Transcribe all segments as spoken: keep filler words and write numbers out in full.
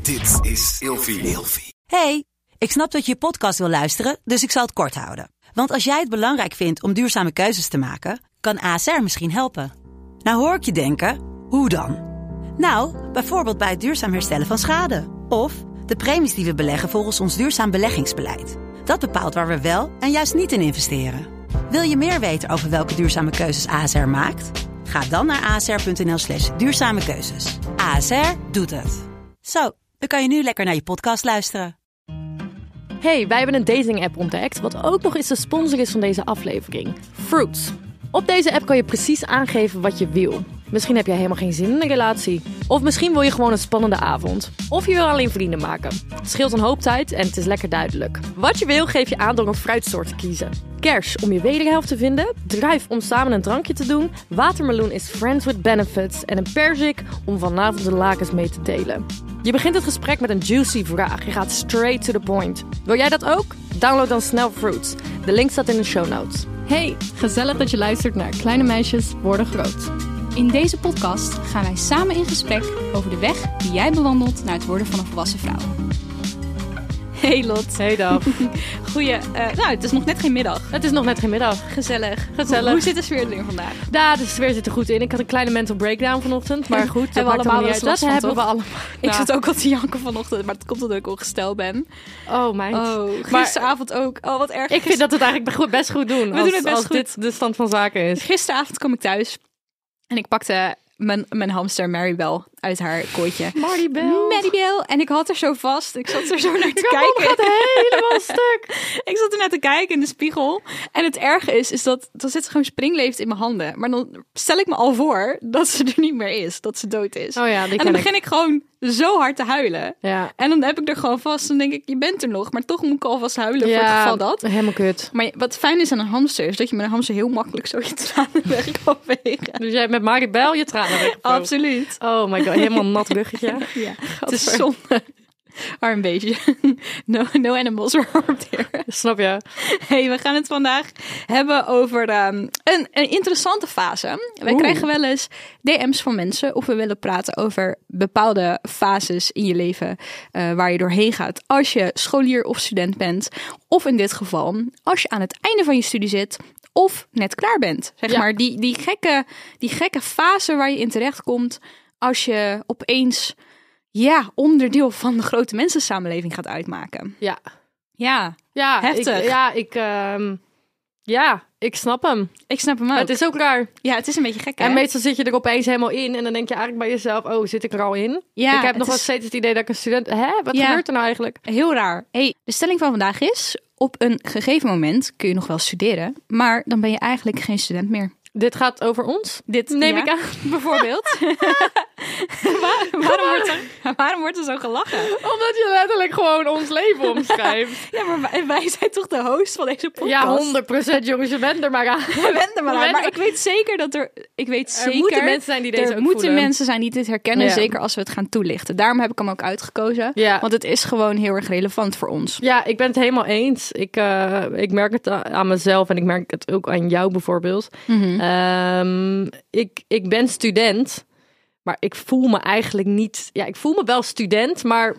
Dit is Ilfie. Ilfie. Hey, ik snap dat je je podcast wil luisteren, dus ik zal het kort houden. Want als jij het belangrijk vindt om duurzame keuzes te maken, kan A S R misschien helpen. Nou hoor ik je denken, hoe dan? Nou, bijvoorbeeld bij het duurzaam herstellen van schade. Of de premies die we beleggen volgens ons duurzaam beleggingsbeleid. Dat bepaalt waar we wel en juist niet in investeren. Wil je meer weten over welke duurzame keuzes A S R maakt? Ga dan naar asr.nl slash duurzame keuzes. A S R doet het. Zo, dan kan je nu lekker naar je podcast luisteren. Hey, wij hebben een dating-app ontdekt, wat ook nog eens de sponsor is van deze aflevering. Fruits. Op deze app kan je precies aangeven wat je wil. Misschien heb jij helemaal geen zin in een relatie. Of misschien wil je gewoon een spannende avond. Of je wil alleen vrienden maken. Het scheelt een hoop tijd en het is lekker duidelijk. Wat je wil geef je aan door een fruitsoort te kiezen. Kers om je wederhelft te vinden. Druif om samen een drankje te doen. Watermeloen is friends with benefits. En een perzik om vanavond de lakens mee te delen. Je begint het gesprek met een juicy vraag. Je gaat straight to the point. Wil jij dat ook? Download dan snel Fruits. De link staat in de show notes. Hey, gezellig dat je luistert naar Kleine Meisjes Worden Groot. In deze podcast gaan wij samen in gesprek over de weg die jij bewandelt naar het worden van een volwassen vrouw. Hey Lot. Hey Daf. Goeie, uh, nou het is nog net geen middag. Het is nog net geen middag. Gezellig. Gezellig. Hoe, hoe zit de sfeer erin vandaag? Ja, de sfeer zit er goed in. Ik had een kleine mental breakdown vanochtend. Maar goed, dat hebben we allemaal niet wel uit. eens Dat last van, hebben we toch? allemaal. Ik zat ook al te janken vanochtend, maar dat komt omdat ik ongesteld ben. Oh meid. Oh, Maar gisteravond ook. Oh, wat erg. ik vind dat we het eigenlijk best goed doen. We als, doen het best als goed. dit de stand van zaken is. Gisteravond kwam ik thuis en ik pakte mijn, mijn hamster Maribel uit haar kooitje. Maribel. Maribel. En ik had haar zo vast. Ik zat er zo naar te Ramon kijken. gaat helemaal stuk. Ik zat er naar te kijken in de spiegel. En het erge is, is dat dan zit ze gewoon springleefd in mijn handen. Maar dan stel ik me al voor dat ze er niet meer is. Dat ze dood is. Oh ja, die en ken dan ik. begin ik gewoon zo hard te huilen. Ja. En dan heb ik er gewoon vast. Dan denk ik, je bent er nog. Maar toch moet ik alvast huilen voor het Ja, geval dat. helemaal kut. Maar wat fijn is aan een hamster, is dat je met een hamster heel makkelijk zo je tranen weg kan vegen. Dus jij hebt met Maribel je tranen weg. Absoluut. Oh my god, helemaal een nat ruggetje. Ja, het is zonde. Maar een beetje. No, no animals were harmed here. Snap je? Hey, we gaan het vandaag hebben over um, een, een interessante fase. Wij Oeh. krijgen wel eens D M's van mensen of we willen praten over bepaalde fases in je leven uh, waar je doorheen gaat als je scholier of student bent. Of in dit geval als je aan het einde van je studie zit of net klaar bent. Zeg Ja. maar die, die, gekke, die gekke fase waar je in terecht komt als je opeens ja, onderdeel van de grote mensensamenleving gaat uitmaken. Ja. Ja, Ja, Heftig. Ik, ja, ik, um, ja, ik snap hem. ik snap hem ook. Het is ook raar. Ja, het is een beetje gek, hè? En meestal zit je er opeens helemaal in en dan denk je eigenlijk bij jezelf, oh, zit ik er al in? Ja, ik heb het nog wel is steeds het idee dat ik een student... Hè, wat Ja. gebeurt er nou eigenlijk? heel raar. Hey, de stelling van vandaag is, op een gegeven moment kun je nog wel studeren, maar dan ben je eigenlijk geen student meer. Dit gaat over ons? Dit Neem ja, ik aan. bijvoorbeeld. Waar- waarom, wordt er, waarom wordt er zo gelachen? Omdat je letterlijk gewoon ons leven omschrijft. Ja, maar wij, wij zijn toch de host van deze podcast? Ja, honderd procent jongens, je bent er maar aan. We wenden maar aan. Wenden Maar maar- ik weet zeker dat er... Ik weet Er zeker... moeten mensen zijn die deze er ook moeten voelen. mensen zijn die dit herkennen, Ja. zeker als we het gaan toelichten. Daarom heb ik hem ook uitgekozen. Ja. Want het is gewoon heel erg relevant voor ons. Ja, ik ben het helemaal eens. Ik, uh, ik merk het a- aan mezelf en ik merk het ook aan jou bijvoorbeeld. Mhm. Um, ik, ik ben student, maar ik voel me eigenlijk niet... Ja, ik voel me wel student, maar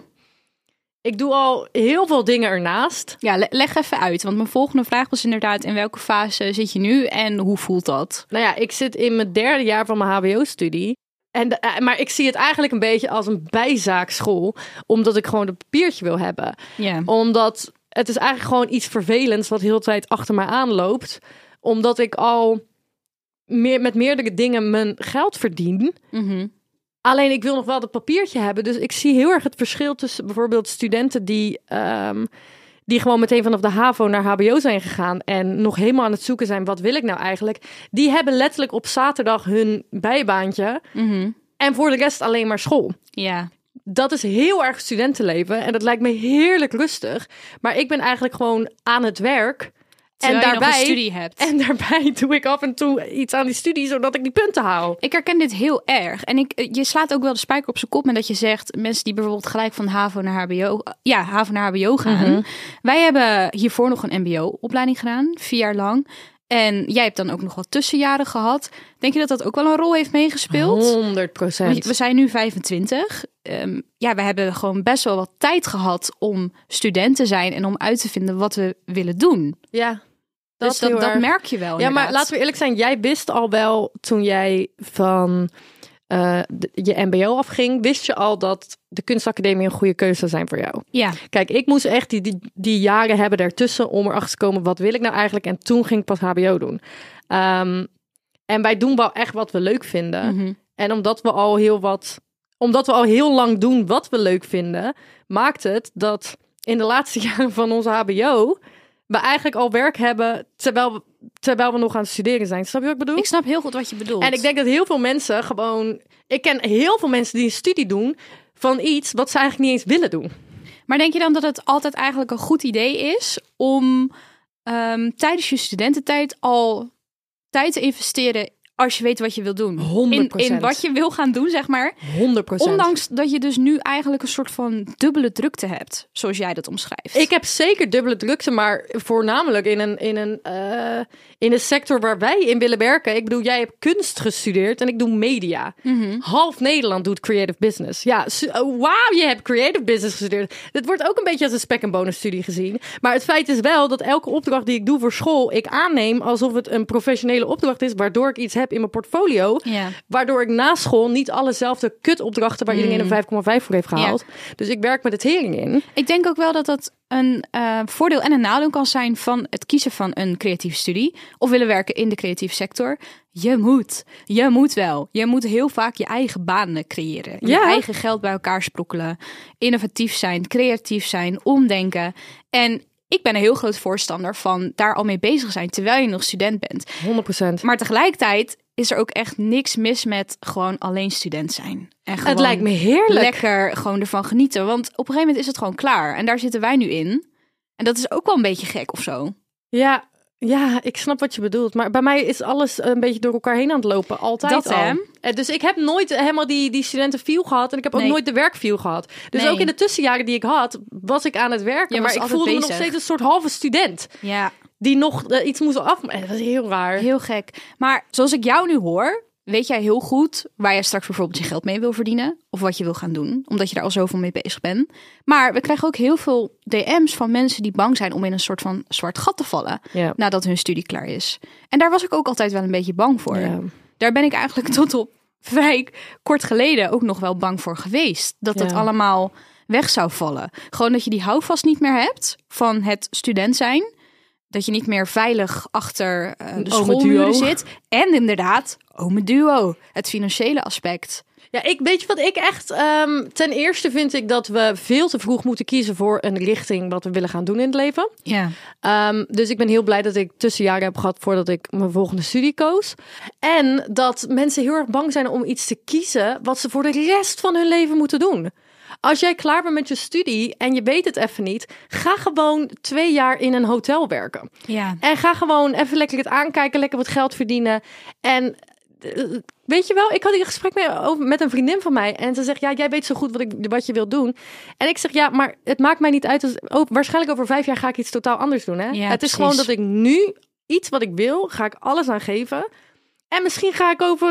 ik doe al heel veel dingen ernaast. Ja, le- leg even uit. Want mijn volgende vraag was inderdaad, in welke fase zit je nu en hoe voelt dat? Nou ja, ik zit in mijn derde jaar van mijn H B O-studie. En, de- eh, maar ik zie het eigenlijk een beetje als een bijzaakschool, omdat ik gewoon het papiertje wil hebben. Ja. Omdat het is eigenlijk gewoon iets vervelends wat de hele tijd achter mij aanloopt. Omdat ik al meer, met meerdere dingen mijn geld verdien. Mhm. Alleen ik wil nog wel dat papiertje hebben. Dus ik zie heel erg het verschil tussen bijvoorbeeld studenten die, um, die gewoon meteen vanaf de HAVO naar H B O zijn gegaan en nog helemaal aan het zoeken zijn, wat wil ik nou eigenlijk? Die hebben letterlijk op zaterdag hun bijbaantje Mhm. en voor de rest alleen maar school. Ja. Dat is heel erg studentenleven en dat lijkt me heerlijk rustig. Maar ik ben eigenlijk gewoon aan het werk. Terwijl en je nog daarbij, een studie hebt. En daarbij doe ik af en toe iets aan die studie, zodat ik die punten haal. Ik herken dit heel erg. En ik, je slaat ook wel de spijker op zijn kop met dat je zegt, mensen die bijvoorbeeld gelijk van HAVO naar H B O, ja, HAVO naar H B O gaan. Mhm. Wij hebben hiervoor nog een M B O-opleiding gedaan, vier jaar lang. En jij hebt dan ook nog wat tussenjaren gehad. Denk je dat dat ook wel een rol heeft meegespeeld? honderd procent. We zijn nu vijfentwintig. Um, ja, we hebben gewoon best wel wat tijd gehad om student te zijn en om uit te vinden wat we willen doen. Ja. Dat, dus dat, dat merk je wel. Ja, inderdaad. Maar laten we eerlijk zijn. Jij wist al wel toen jij van uh, de, je mbo afging, wist je al dat de kunstacademie een goede keuze zou zijn voor jou. Ja. Kijk, ik moest echt die, die, die jaren hebben daartussen om erachter te komen, wat wil ik nou eigenlijk? En toen ging ik pas H B O doen. Um, en wij doen wel echt wat we leuk vinden. Mm-hmm. En omdat we al heel wat, omdat we al heel lang doen wat we leuk vinden, maakt het dat in de laatste jaren van onze H B O we eigenlijk al werk hebben terwijl we, terwijl we nog aan het studeren zijn. Snap je wat ik bedoel? Ik snap heel goed wat je bedoelt. En ik denk dat heel veel mensen gewoon... Ik ken heel veel mensen die een studie doen van iets wat ze eigenlijk niet eens willen doen. Maar denk je dan dat het altijd eigenlijk een goed idee is om um, tijdens je studententijd al tijd te investeren als je weet wat je wil doen? honderd procent. In, in wat je wil gaan doen, zeg maar. honderd procent. Ondanks dat je dus nu eigenlijk een soort van dubbele drukte hebt, zoals jij dat omschrijft. Ik heb zeker dubbele drukte, maar voornamelijk in een, in een, uh, in een sector waar wij in willen werken. Ik bedoel, jij hebt kunst gestudeerd en ik doe media. Mm-hmm. Half Nederland doet creative business. Ja, su- oh, wauw, je hebt creative business gestudeerd. Dit wordt ook een beetje als een spek- en bonus studie gezien. Maar het feit is wel dat elke opdracht die ik doe voor school, ik aanneem alsof het een professionele opdracht is, waardoor ik iets heb in mijn portfolio. Ja. Waardoor ik na school niet allezelfde kutopdrachten waar iedereen Mm. een vijf komma vijf voor heeft gehaald. Ja. Dus ik werk met de tering in. Ik denk ook wel dat dat een uh, voordeel en een nadeel kan zijn van het kiezen van een creatieve studie of willen werken in de creatieve sector. Je moet, je moet wel. Je moet heel vaak je eigen banen creëren. Je Ja. eigen geld bij elkaar sprokkelen. Innovatief zijn, creatief zijn, omdenken. En ik ben een heel groot voorstander van daar al mee bezig zijn terwijl je nog student bent. honderd procent. Maar tegelijkertijd is er ook echt niks mis met gewoon alleen student zijn. En gewoon Het lijkt me heerlijk. lekker gewoon ervan genieten. Want op een gegeven moment is het gewoon klaar. En daar zitten wij nu in. En dat is ook wel een beetje gek of zo. Ja, ja, ik snap wat je bedoelt. Maar bij mij is alles een beetje door elkaar heen aan het lopen. Altijd Dat, al. hè? Eh, Dus ik heb nooit helemaal die, die studentenfeel gehad. En ik heb ook Nee. nooit de werkfeel gehad. Dus Nee. ook in de tussenjaren die ik had, was ik aan het werken. Je maar was ik altijd voelde me bezig. nog steeds een soort halve student. Ja, Die nog uh, iets moest af. Eh, Dat is heel raar. heel gek. Maar zoals ik jou nu hoor, weet jij heel goed waar je straks bijvoorbeeld je geld mee wil verdienen. Of wat je wil gaan doen, omdat je daar al zoveel mee bezig bent. Maar we krijgen ook heel veel D M's van mensen die bang zijn om in een soort van zwart gat te vallen. Ja. Nadat hun studie klaar is. En daar was ik ook altijd wel een beetje bang voor. Ja. Daar ben ik eigenlijk tot op vrij kort geleden ook nog wel bang voor geweest. Dat het Ja. allemaal weg zou vallen. Gewoon dat je die houvast niet meer hebt van het student zijn. Dat je niet meer veilig achter uh, de Ome schoolmuren duo. zit. En inderdaad, ome duo. Het financiële aspect. Ja, ik weet je wat ik echt... Um, ten eerste vind ik dat we veel te vroeg moeten kiezen voor een richting wat we willen gaan doen in het leven. Ja. Um, dus ik ben heel blij dat ik tussenjaren heb gehad voordat ik mijn volgende studie koos. En dat mensen heel erg bang zijn om iets te kiezen wat ze voor de rest van hun leven moeten doen. Als jij klaar bent met je studie en je weet het even niet, ga gewoon twee jaar in een hotel werken. Ja. En ga gewoon even lekker het aankijken, lekker wat geld verdienen. En uh, weet je wel, ik had hier een gesprek mee over, met een vriendin van mij. En ze zegt, ja, jij weet zo goed wat, ik, wat je wilt doen. En ik zeg, ja, maar het maakt mij niet uit. Dus, oh, waarschijnlijk over vijf jaar ga ik iets totaal anders doen. Hè? Ja, het is precies. gewoon dat ik nu iets wat ik wil, ga ik alles aan geven. En misschien ga ik over,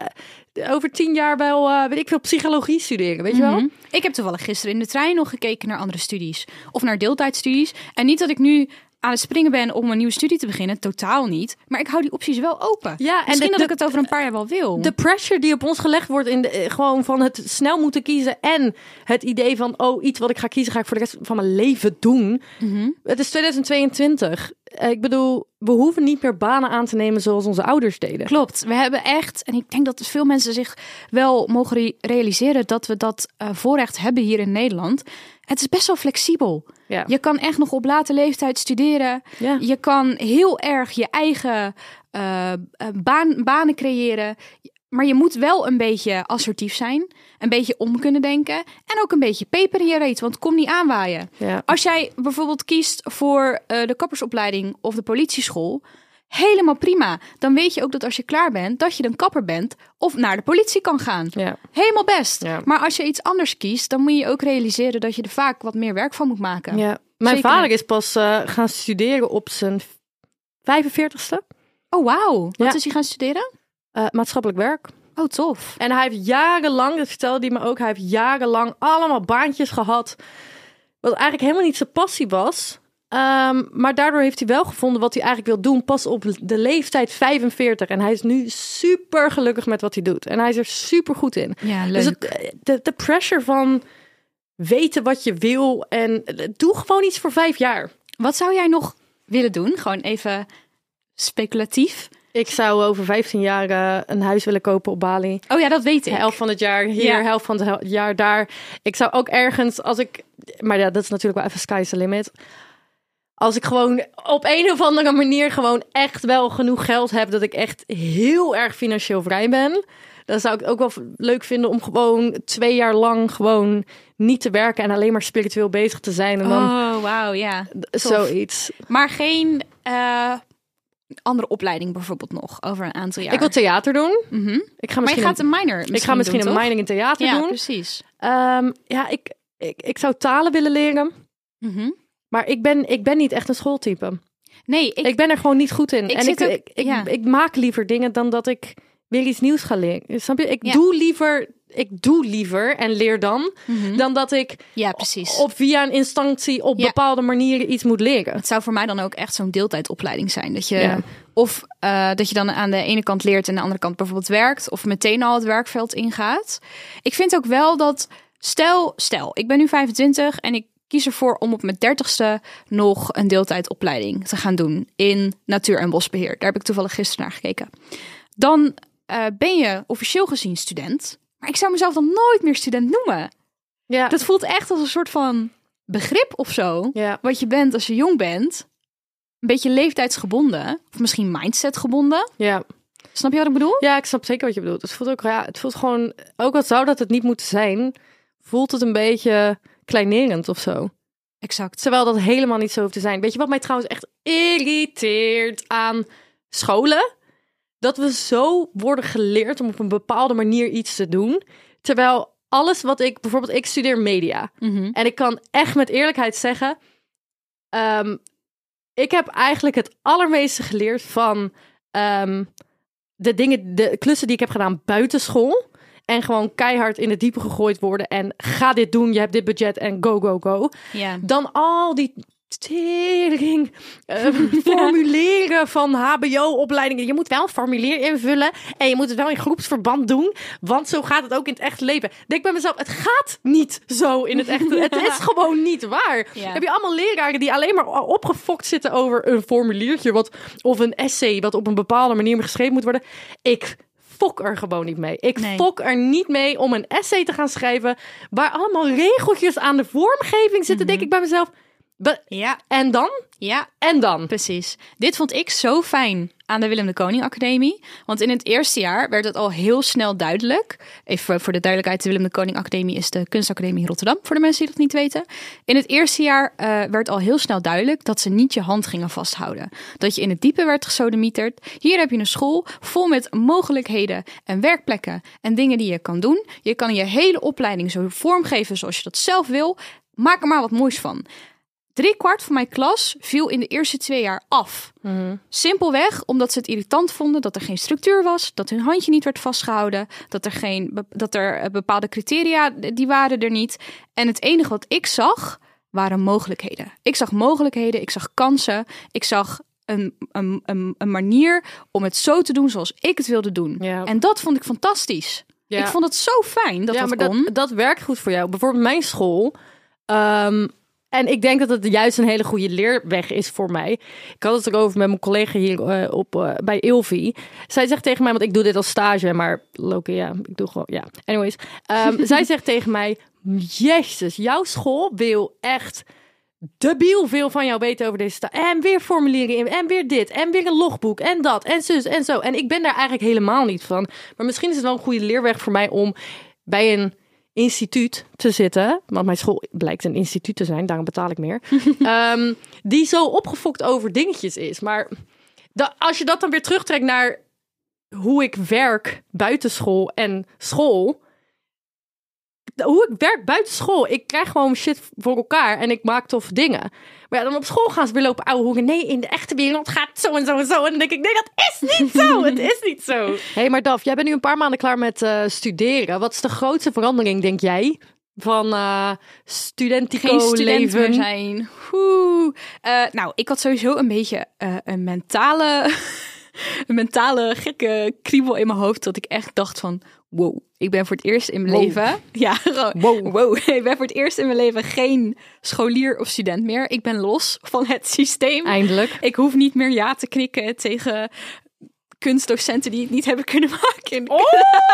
uh, over tien jaar wel, uh, weet ik veel, psychologie studeren, weet je wel? Mhm. Ik heb toevallig gisteren in de trein nog gekeken naar andere studies. Of naar deeltijdstudies. En niet dat ik nu aan het springen ben om een nieuwe studie te beginnen. Totaal niet. Maar ik hou die opties wel open. Ja, en Misschien de- dat de- ik het over een paar jaar wel wil. De pressure die op ons gelegd wordt in de, eh, gewoon van het snel moeten kiezen en het idee van, oh, iets wat ik ga kiezen, ga ik voor de rest van mijn leven doen. Mhm. Het is tweeduizend tweeëntwintig. Eh, Ik bedoel, we hoeven niet meer banen aan te nemen zoals onze ouders deden. Klopt. We hebben echt, en ik denk dat veel mensen zich wel mogen re- realiseren dat we dat uh, voorrecht hebben hier in Nederland. Het is best wel flexibel. Ja. Je kan echt nog op late leeftijd studeren. Ja. Je kan heel erg je eigen uh, uh, baan, banen creëren. Maar je moet wel een beetje assertief zijn. Een beetje om kunnen denken. En ook een beetje peper in je reet, want kom niet aanwaaien. Ja. Als jij bijvoorbeeld kiest voor uh, de kappersopleiding of de politieschool, helemaal prima. Dan weet je ook dat als je klaar bent, dat je een kapper bent of naar de politie kan gaan. Ja. Helemaal best. Ja. Maar als je iets anders kiest, dan moet je ook realiseren dat je er vaak wat meer werk van moet maken. Ja. Mijn Zeker. vader is pas uh, gaan studeren op zijn vijfenveertigste. Oh, wauw. Wat Ja. is hij gaan studeren? Uh, maatschappelijk werk. Oh, tof. En hij heeft jarenlang, dat vertelde hij me ook, hij heeft jarenlang allemaal baantjes gehad. Wat eigenlijk helemaal niet zijn passie was. Um, maar daardoor heeft hij wel gevonden wat hij eigenlijk wil doen. Pas op de leeftijd vijfenveertig. En hij is nu super gelukkig met wat hij doet. En hij is er super goed in. Ja, leuk. Dus het, de, de pressure van weten wat je wil. En doe gewoon iets voor vijf jaar. Wat zou jij nog willen doen? Gewoon even speculatief. Ik zou over vijftien jaar uh, een huis willen kopen op Bali. Oh ja, dat weet ik. Helft van het jaar hier, Ja. helft van het jaar daar. Ik zou ook ergens, als ik... Maar ja, dat is natuurlijk wel even sky's the limit. Als ik gewoon op een of andere manier gewoon echt wel genoeg geld heb... dat ik echt heel erg financieel vrij ben... dan zou ik het ook wel leuk vinden om gewoon twee jaar lang gewoon niet te werken... en alleen maar spiritueel bezig te zijn. En dan Oh, wauw, ja. d- zoiets. Maar geen uh, andere opleiding bijvoorbeeld nog over een aantal jaar. Ik wil theater doen. Mhm. Ik ga Maar je misschien gaat een, een minor misschien ik ga misschien doen, een toch? minor in theater Ja, doen. precies. Um, ja, ik, ik, ik zou talen willen leren. Mhm. Maar ik ben, ik ben niet echt een schooltype. Nee, ik, Ik ben er gewoon niet goed in. Ik en zit ik, ook- ik, ik, ja. ik maak liever dingen dan dat ik weer iets nieuws ga leren. Snap je? Ik Ja. doe liever, ik doe liever en leer dan, Mhm. dan dat ik Ja, precies. op via een instantie op Ja. bepaalde manieren iets moet leren. Het zou voor mij dan ook echt zo'n deeltijdopleiding zijn. Dat je, Ja. Of uh, dat je dan aan de ene kant leert en aan de andere kant bijvoorbeeld werkt. Of meteen al het werkveld ingaat. Ik vind ook wel dat, stel, stel, ik ben nu vijfentwintig en ik kies ervoor om op mijn dertigste nog een deeltijdopleiding te gaan doen in natuur- en bosbeheer. Daar heb ik toevallig gisteren naar gekeken. Dan uh, ben je officieel gezien student. Maar ik zou mezelf dan nooit meer student noemen. Ja. Dat voelt echt als een soort van begrip of zo. ja. Wat je bent als je jong bent. Een beetje leeftijdsgebonden. Of misschien mindsetgebonden. Ja. Snap je wat ik bedoel? Ja, ik snap zeker wat je bedoelt. Het voelt ook, ja, het voelt gewoon, ook al zou dat het niet moeten zijn, voelt het een beetje kleinerend of zo. Exact. Terwijl dat helemaal niet zo hoeft te zijn. Weet je wat mij trouwens echt irriteert aan scholen? Dat we zo worden geleerd om op een bepaalde manier iets te doen. Terwijl alles wat ik... Bijvoorbeeld, ik studeer media. Mm-hmm. En ik kan echt met eerlijkheid zeggen... Um, ik heb eigenlijk het allermeeste geleerd van... Um, de dingen, de klussen die ik heb gedaan buiten school. En gewoon keihard in het diepe gegooid worden. En ga dit doen, je hebt dit budget en go, go, go. Ja. Dan al die tering uh, formuleren van H B O-opleidingen. Je moet wel een formulier invullen. En je moet het wel in groepsverband doen. Want zo gaat het ook in het echte leven. Denk bij mezelf, het gaat niet zo in het echte. Het is gewoon niet waar. Ja. Heb je allemaal leraren die alleen maar opgefokt zitten over een formuliertje. Wat, of een essay wat op een bepaalde manier geschreven moet worden. Ik... fok er gewoon niet mee. Ik Nee. fok er niet mee om een essay te gaan schrijven waar allemaal regeltjes aan de vormgeving zitten. Mm-hmm. Denk ik bij mezelf. Be- Ja. en dan? Ja. En dan? Precies. Dit vond ik zo fijn aan de Willem de Koning Academie. Want in het eerste jaar werd het al heel snel duidelijk. Even voor de duidelijkheid, de Willem de Koning Academie is de kunstacademie in Rotterdam. Voor de mensen die dat niet weten. In het eerste jaar uh, werd al heel snel duidelijk dat ze niet je hand gingen vasthouden. Dat je in het diepe werd gesodemieterd. Hier heb je een school vol met mogelijkheden en werkplekken en dingen die je kan doen. Je kan je hele opleiding zo vormgeven zoals je dat zelf wil. Maak er maar wat moois van. Drie kwart van mijn klas viel in de eerste twee jaar af. Mm-hmm. Simpelweg omdat ze het irritant vonden dat er geen structuur was, dat hun handje niet werd vastgehouden, dat er, geen, dat er bepaalde criteria, die waren er niet. En het enige wat ik zag, waren mogelijkheden. Ik zag mogelijkheden, ik zag kansen, ik zag een, een, een, een manier om het zo te doen zoals ik het wilde doen. Ja. En dat vond ik fantastisch. Ja. Ik vond het zo fijn dat ja, dat maar kon. dat, dat werkt goed voor jou. Bijvoorbeeld mijn school. Um, en ik denk dat het juist een hele goede leerweg is voor mij. Ik had het erover met mijn collega hier uh, op, uh, bij Ilvi. Zij zegt tegen mij, want ik doe dit als stage, maar Loke, ja, ik doe gewoon, ja. Anyways. Um, zij zegt tegen mij, jezus, jouw school wil echt debiel veel van jou weten over deze stage. En weer formulieren in, en weer dit, en weer een logboek, en dat, en zus, en zo. En ik ben daar eigenlijk helemaal niet van. Maar misschien is het wel een goede leerweg voor mij om bij een instituut te zitten, want mijn school blijkt een instituut te zijn, daarom betaal ik meer, um, die zo opgefokt over dingetjes is. Maar da, als je dat dan weer terugtrekt naar hoe ik werk buiten school en school, hoe ik werk buiten school. Ik krijg gewoon shit voor elkaar en ik maak toffe dingen. Maar ja, dan op school gaan ze weer lopen ouwe hoeren. Nee, in de echte wereld gaat het zo en zo en zo. En dan denk ik, nee, dat is niet zo. Het is niet zo. Hé, hey, maar Daf, jij bent nu een paar maanden klaar met uh, studeren. Wat is de grootste verandering, denk jij? Van uh, studentico Geen student leven. meer zijn. Oeh. Uh, nou, ik had sowieso een beetje uh, een mentale... een mentale gekke kriebel in mijn hoofd. Dat ik echt dacht van... Wow, ik ben voor het eerst in mijn wow. leven... Ja, gewoon, wow. wow. Ik ben voor het eerst in mijn leven geen scholier of student meer. Ik ben los van het systeem. Eindelijk. Ik hoef niet meer ja te knikken tegen... kunstdocenten die het niet hebben kunnen maken. Oh!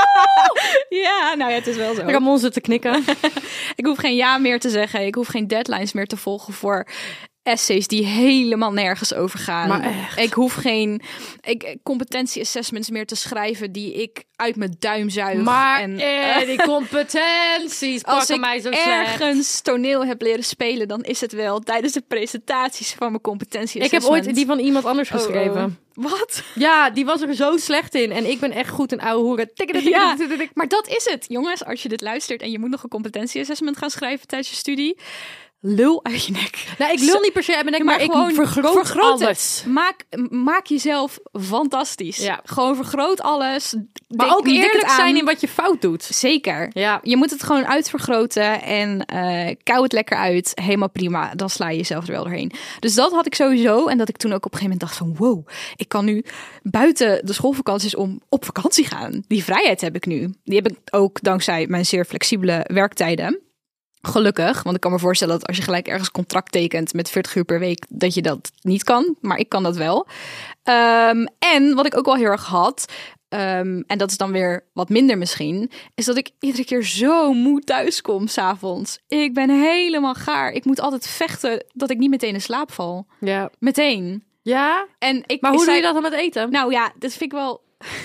Ja, nou ja, het is wel zo. Ramon zit te knikken. Ik hoef geen ja meer te zeggen. Ik hoef geen deadlines meer te volgen voor essays die helemaal nergens over gaan. Maar echt. Ik hoef geen ik, competentie-assessments meer te schrijven die ik uit mijn duim zuig. Maar en, eh, die competenties als pakken ik mij zo slecht. ergens toneel heb leren spelen, dan is het wel tijdens de presentaties van mijn competentie. Ik heb ooit die van iemand anders geschreven. Oh, oh. Wat? Ja, die was er zo slecht in. En ik ben echt goed in ouwe hoeren. Ja, maar dat is het. Jongens, als je dit luistert en je moet nog een competentie-assessment gaan schrijven tijdens je studie... Lul uit je nek. Nou, ik lul niet per se uit mijn nek, maar, maar ik gewoon vergroot, vergroot alles. Maak, maak jezelf fantastisch. Ja. Gewoon vergroot alles. Maar Denk, ook eerlijk zijn in wat je fout doet. Zeker. Ja. Je moet het gewoon uitvergroten en uh, kou het lekker uit. Helemaal prima. Dan sla je jezelf er wel doorheen. Dus dat had ik sowieso. En dat ik toen ook op een gegeven moment dacht van... wow, ik kan nu buiten de schoolvakanties om op vakantie gaan. Die vrijheid heb ik nu. Die heb ik ook dankzij mijn zeer flexibele werktijden. Gelukkig, want ik kan me voorstellen dat als je gelijk ergens contract tekent met veertig uur per week, dat je dat niet kan. Maar ik kan dat wel. Um, en wat ik ook wel heel erg had, um, en dat is dan weer wat minder misschien, is dat ik iedere keer zo moe thuis kom 's avonds. Ik ben helemaal gaar. Ik moet altijd vechten dat ik niet meteen in slaap val. Ja. Meteen. Ja? En ik, maar hoe zei, doe je dat dan met eten? Nou ja, dat vind ik wel...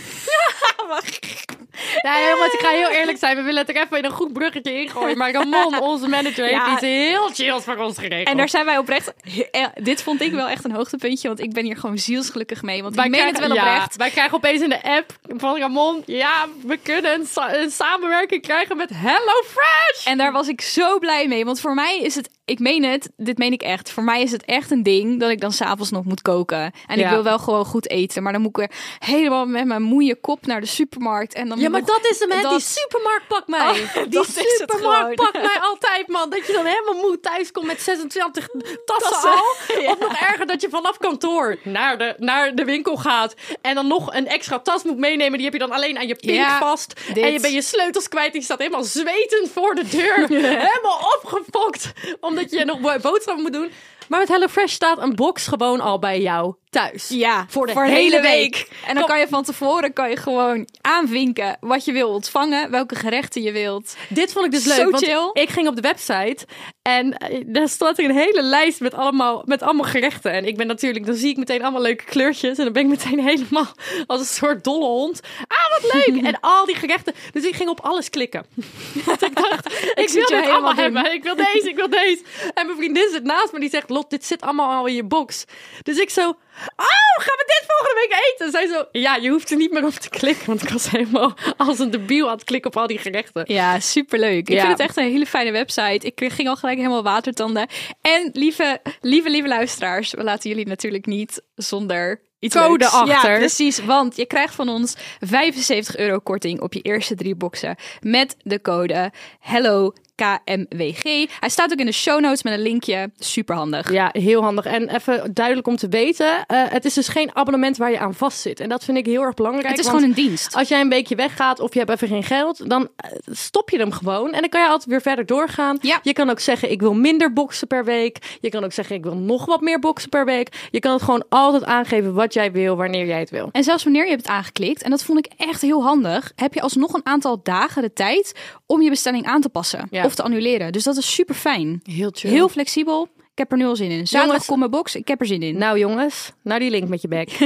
Nee, jongens, ik ga heel eerlijk zijn. We willen het er even in een goed bruggetje ingooien. Maar Ramon, onze manager, ja. heeft iets heel chills voor ons geregeld. En daar zijn wij oprecht... Dit vond ik wel echt een hoogtepuntje. Want ik ben hier gewoon zielsgelukkig mee. Want wij ik meen krijgen, het wel oprecht. Ja, wij krijgen opeens in de app van Ramon... Ja, we kunnen een, sa- een samenwerking krijgen met HelloFresh. En daar was ik zo blij mee. Want voor mij is het... Ik meen het, dit meen ik echt. Voor mij is het echt een ding dat ik dan 's avonds nog moet koken. En ja. ik wil wel gewoon goed eten. Maar dan moet ik weer helemaal met mijn moeie kop naar de supermarkt. En dan ja, maar nog, dat is hem, hè? dat... Die supermarkt pakt mij. Oh, die supermarkt pakt mij altijd, man. Dat je dan helemaal moe thuis komt met zesentwintig tassen, tassen. al. Ja. Of nog erger dat je vanaf kantoor naar de, naar de winkel gaat. En dan nog een extra tas moet meenemen. Die heb je dan alleen aan je pink ja, vast. Dit. En je bent je sleutels kwijt. Die staat helemaal zwetend voor de deur. Ja. Helemaal opgefokt. Omdat je nog boodschappen moet doen. Maar met HelloFresh staat een box gewoon al bij jou thuis. Ja, voor de voor hele, hele week. week. En dan Kom. kan je van tevoren kan je gewoon aanvinken wat je wil ontvangen, welke gerechten je wilt. Dit vond ik dus leuk, Zo want chill. ik ging op de website en daar staat er een hele lijst met allemaal, met allemaal gerechten. En ik ben natuurlijk, dan zie ik meteen allemaal leuke kleurtjes en dan ben ik meteen helemaal als een soort dolle hond. Ah, wat leuk! En al die gerechten. Dus ik ging op alles klikken. Want ik dacht, ik, ik wil dit allemaal doen. hebben. Ik wil deze, ik wil deze. En mijn vriendin zit naast me die zegt, Lot, dit zit allemaal al in je box. Dus ik zo... Oh, gaan we dit volgende week eten? Zij zo, ja, je hoeft er niet meer op te klikken. Want ik was helemaal als een debiel aan het klikken op al die gerechten. Ja, superleuk. Ik ja. vind het echt een hele fijne website. Ik ging al gelijk helemaal watertanden. En lieve, lieve, lieve luisteraars, we laten jullie natuurlijk niet zonder... Iets code leuks. achter. Ja, precies. Want je krijgt van ons vijfenzeventig euro korting op je eerste drie boxen met de code Hello K M W G. Hij staat ook in de show notes met een linkje. Superhandig. Ja, heel handig. En even duidelijk om te weten, uh, het is dus geen abonnement waar je aan vastzit. En dat vind ik heel erg belangrijk. Het is gewoon een dienst. Als jij een weekje weggaat of je hebt even geen geld, dan stop je hem gewoon. En dan kan je altijd weer verder doorgaan. Ja. Je kan ook zeggen, ik wil minder boxen per week. Je kan ook zeggen, ik wil nog wat meer boxen per week. Je kan het gewoon altijd aangeven wat jij wil, wanneer jij het wil. En zelfs wanneer je hebt aangeklikt, en dat vond ik echt heel handig, heb je alsnog een aantal dagen de tijd om je bestelling aan te passen. Ja. Of te annuleren. Dus dat is super fijn. Heel chill. Heel flexibel. Ik heb er nu al zin in. Zaterdag komt mijn box. Ik heb er zin in. Nou jongens, naar die link met je bek.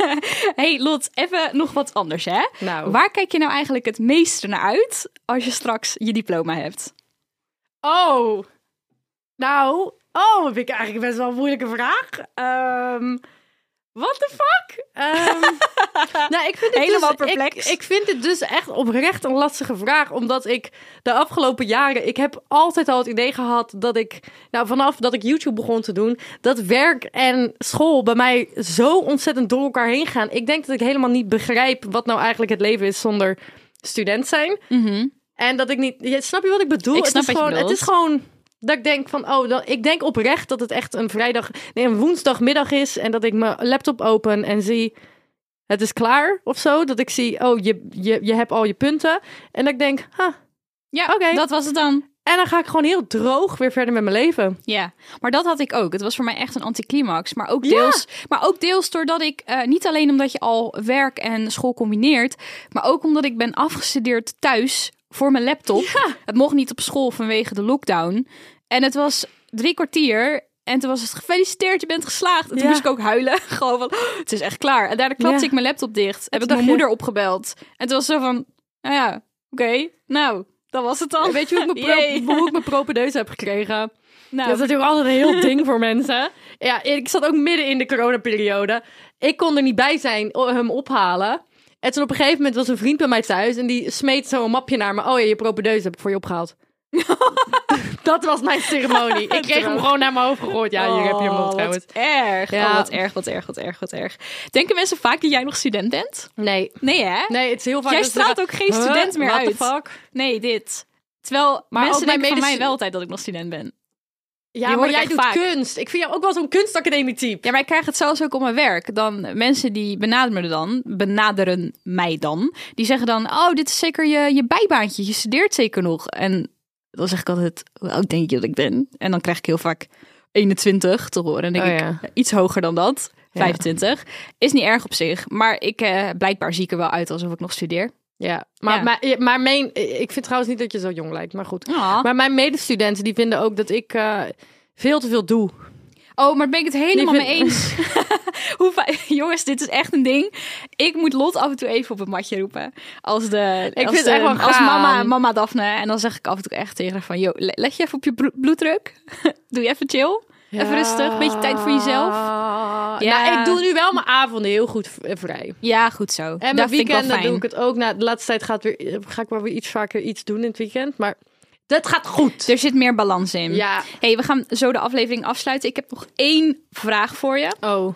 Hey Lot, even nog wat anders hè. Nou. Waar kijk je nou eigenlijk het meeste naar uit als je straks je diploma hebt? Oh. Nou, oh, vind ik eigenlijk best wel een moeilijke vraag. Um, What the fuck? Um, nou, ik vind het Helemaal dus, perplex. Ik, ik vind het dus echt oprecht een lastige vraag. Omdat ik de afgelopen jaren... Ik heb altijd al het idee gehad dat ik... Nou, vanaf dat ik YouTube begon te doen... Dat werk en school bij mij zo ontzettend door elkaar heen gaan. Ik denk dat ik helemaal niet begrijp... wat nou eigenlijk het leven is zonder student zijn. Mm-hmm. En dat ik niet... Ja, snap je wat ik bedoel? Ik snap het is wat je gewoon, bedoelt. Het is gewoon... Dat ik denk van, oh, dat, ik denk oprecht dat het echt een vrijdag, nee, een woensdagmiddag is. En dat ik mijn laptop open en zie, het is klaar of zo. Dat ik zie, oh, je, je, je hebt al je punten. En dat ik denk, ha, Ja, Oké. dat was het dan. en dan ga ik gewoon heel droog weer verder met mijn leven. Ja, maar dat had ik ook. Het was voor mij echt een anticlimax. Maar ook Ja. deels, maar ook deels doordat ik, uh, niet alleen omdat je al werk en school combineert, maar ook omdat ik ben afgestudeerd thuis voor mijn laptop. Ja. Het mocht niet op school vanwege de lockdown. En het was drie kwartier. En toen was het gefeliciteerd, je bent geslaagd. En toen Ja. moest ik ook huilen. Gewoon van, oh, het is echt klaar. En daarna klapte Ja. ik mijn laptop dicht. Heb ik dacht mijn je- moeder opgebeld. En toen was ze van, nou ja, oké, nou, dat was het dan. Weet je hoe ik mijn, Yay. pro, hoe ik mijn propedeuse heb gekregen? Nou, Dat is natuurlijk altijd een heel ding voor mensen. Ja, ik zat ook midden in de coronaperiode. Ik kon er niet bij zijn, o- hem ophalen. En toen op een gegeven moment was een vriend bij mij thuis... en die smeet zo een mapje naar me. Oh ja, je propedeuse heb ik voor je opgehaald. Dat was mijn ceremonie. Ik kreeg hem gewoon naar mijn hoofd gegooid. Ja, hier heb je hem nog Oh, trouwens. Wat erg. Ja. Oh, wat erg, wat erg, wat erg, wat erg. Denken mensen vaak dat jij nog student bent? Nee. Nee, hè? Nee, het is heel vaak... Jij dat ze straalt zeggen, ook geen student "Huh? meer What uit." the fuck? Nee, dit. Terwijl Maar mensen ook mijn denken van medes- mij wel altijd dat ik nog student ben. Ja, hoort maar ik jij echt doet vaak. kunst. Ik vind jou ook wel zo'n kunstacademie-type. Ja, maar ik krijg het zelfs ook op mijn werk. Dan mensen die benaderen me dan, benaderen mij dan. Die zeggen dan, oh, dit is zeker je, je bijbaantje. Je studeert zeker nog. En dan zeg ik altijd, hoe oud denk je dat ik ben? En dan krijg ik heel vaak eenentwintig te horen. En dan denk Oh, ik, ja. iets hoger dan dat. Ja. vijfentwintig. Is niet erg op zich. Maar ik, eh, blijkbaar zie ik er wel uit alsof ik nog studeer. Ja, maar, Ja. maar, maar mijn, ik vind trouwens niet dat je zo jong lijkt, maar goed. Ah. Maar mijn medestudenten die vinden ook dat ik uh, veel te veel doe. Oh, maar daar ben ik het helemaal Die mee vind- eens. Hoe va- Jongens, dit is echt een ding. Ik moet Lot af en toe even op het matje roepen. Als de, vind als het de, echt wel als gaan. mama, mama Daphne. En dan zeg ik af en toe echt tegen haar van, yo, le- let je even op je bro- bloeddruk. Doe je even chill. Even rustig, een beetje tijd voor jezelf. Ja. Ja. Nou, ik doe nu wel mijn avonden heel goed v- vrij. Ja, goed zo. En dat mijn vind ik wel weekenden fijn. doe ik het ook. Nou, de laatste tijd gaat weer, ga ik wel weer iets vaker iets doen in het weekend. Maar dat gaat goed. Er zit meer balans in. Ja. Hey, we gaan zo de aflevering afsluiten. Ik heb nog één vraag voor je. Oh.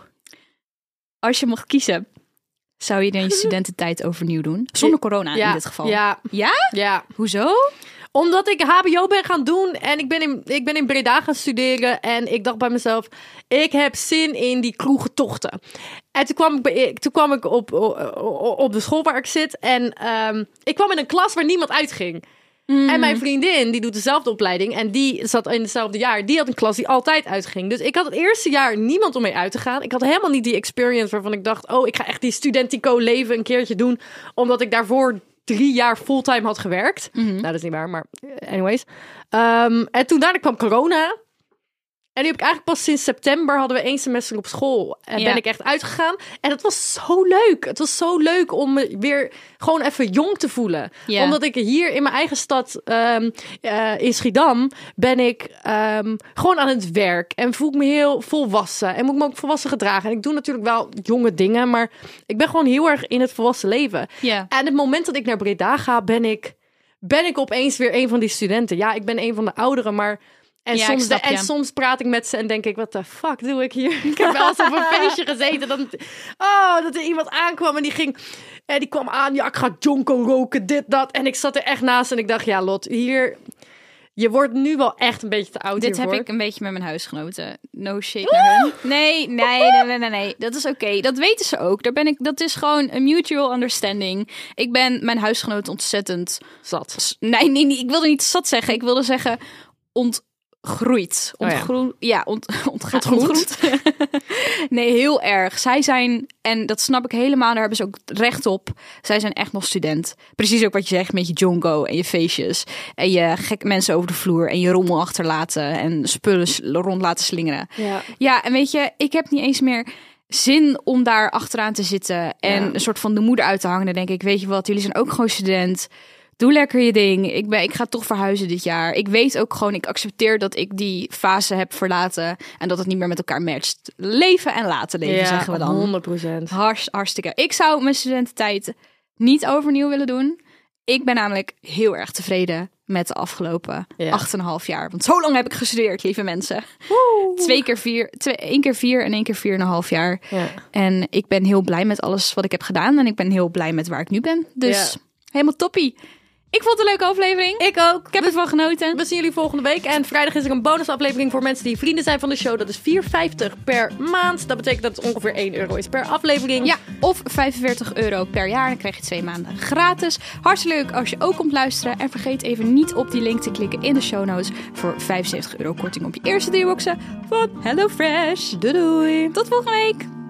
Als je mocht kiezen, zou je dan je studententijd overnieuw doen? Zonder corona Ja. in dit geval. Ja. Ja? Ja. Hoezo? Omdat ik H B O ben gaan doen en ik ben, in, ik ben in Breda gaan studeren. En ik dacht bij mezelf, ik heb zin in die kroegentochten. En toen kwam ik, bij, toen kwam ik op, op, op de school waar ik zit. En ehm, ik kwam in een klas waar niemand uitging. En mijn vriendin, die doet dezelfde opleiding. En die zat in hetzelfde jaar. Die had een klas die altijd uitging. Dus ik had het eerste jaar niemand om mee uit te gaan. Ik had helemaal niet die experience waarvan ik dacht, oh, ik ga echt die studentico leven een keertje doen. Omdat ik daarvoor drie jaar fulltime had gewerkt. Nou, dat is niet waar, maar anyways. Um, en toen daarna kwam corona. En nu heb ik eigenlijk pas sinds september hadden we één semester op school. En Ja. ben ik echt uitgegaan. En het was zo leuk. Het was zo leuk om me weer gewoon even jong te voelen. Ja. Omdat ik hier in mijn eigen stad, um, uh, in Schiedam, ben ik um, gewoon aan het werk. En voel ik me heel volwassen. En moet ik me ook volwassen gedragen. En ik doe natuurlijk wel jonge dingen. Maar ik ben gewoon heel erg in het volwassen leven. Ja. En het moment dat ik naar Breda ga, ben ik, ben ik opeens weer een van die studenten. Ja, ik ben een van de ouderen, maar... En, Ja, ik soms, snap en je. soms praat ik met ze en denk ik, wat de fuck doe ik hier? Ik heb wel eens op een feestje gezeten. Dat, oh, dat er iemand aankwam en die ging... En die kwam aan, ja, ik ga jonko roken, dit, dat. En ik zat er echt naast en ik dacht, ja, Lot, hier... Je wordt nu wel echt een beetje te oud Dit hiervoor. heb ik een beetje met mijn huisgenoten. No shit naar hun. Nee, nee, nee, nee, nee, nee. Dat is oké. Dat weten ze ook. Daar ben ik, dat is gewoon een mutual understanding. Ik ben mijn huisgenoten ontzettend... Zat. Nee, nee, nee, ik wilde niet zat zeggen. Ik wilde zeggen ontgroeid. Oh ja. Ontgroen, ja, ont, ontga- Ontgroend. ontgroend. Nee, heel erg. Zij zijn, en dat snap ik helemaal, daar hebben ze ook recht op. Zij zijn echt nog student. Precies ook wat je zegt met je jongo en je feestjes. En je gek mensen over de vloer en je rommel achterlaten en spullen s- rond laten slingeren. Ja. Ja, en weet je, ik heb niet eens meer zin om daar achteraan te zitten en Ja. een soort van de moeder uit te hangen. Dan denk ik, weet je wat, jullie zijn ook gewoon student. Doe lekker je ding. Ik, ben, ik ga toch verhuizen dit jaar. Ik weet ook gewoon, ik accepteer dat ik die fase heb verlaten. En dat het niet meer met elkaar matcht. Leven en laten leven, ja, zeggen we dan. honderd procent. Hars, hartstikke. Ik zou mijn studententijd niet overnieuw willen doen. Ik ben namelijk heel erg tevreden met de afgelopen Ja. acht en een half jaar. Want zo lang heb ik gestudeerd, lieve mensen. Woe. Twee keer vier, twee, één keer vier en één keer vier en een half jaar. Ja. En ik ben heel blij met alles wat ik heb gedaan. En ik ben heel blij met waar ik nu ben. Dus Ja. helemaal toppie. Ik vond het een leuke aflevering. Ik ook. Ik heb ervan genoten. We zien jullie volgende week. En vrijdag is er een bonusaflevering voor mensen die vrienden zijn van de show. Dat is vier vijftig per maand. Dat betekent dat het ongeveer één euro is per aflevering. Ja, of vijfenveertig euro per jaar. Dan krijg je twee maanden gratis. Hartstikke leuk als je ook komt luisteren. En vergeet even niet op die link te klikken in de show notes voor vijfenzeventig euro korting op je eerste drie boxen van HelloFresh. Doei doei. Tot volgende week.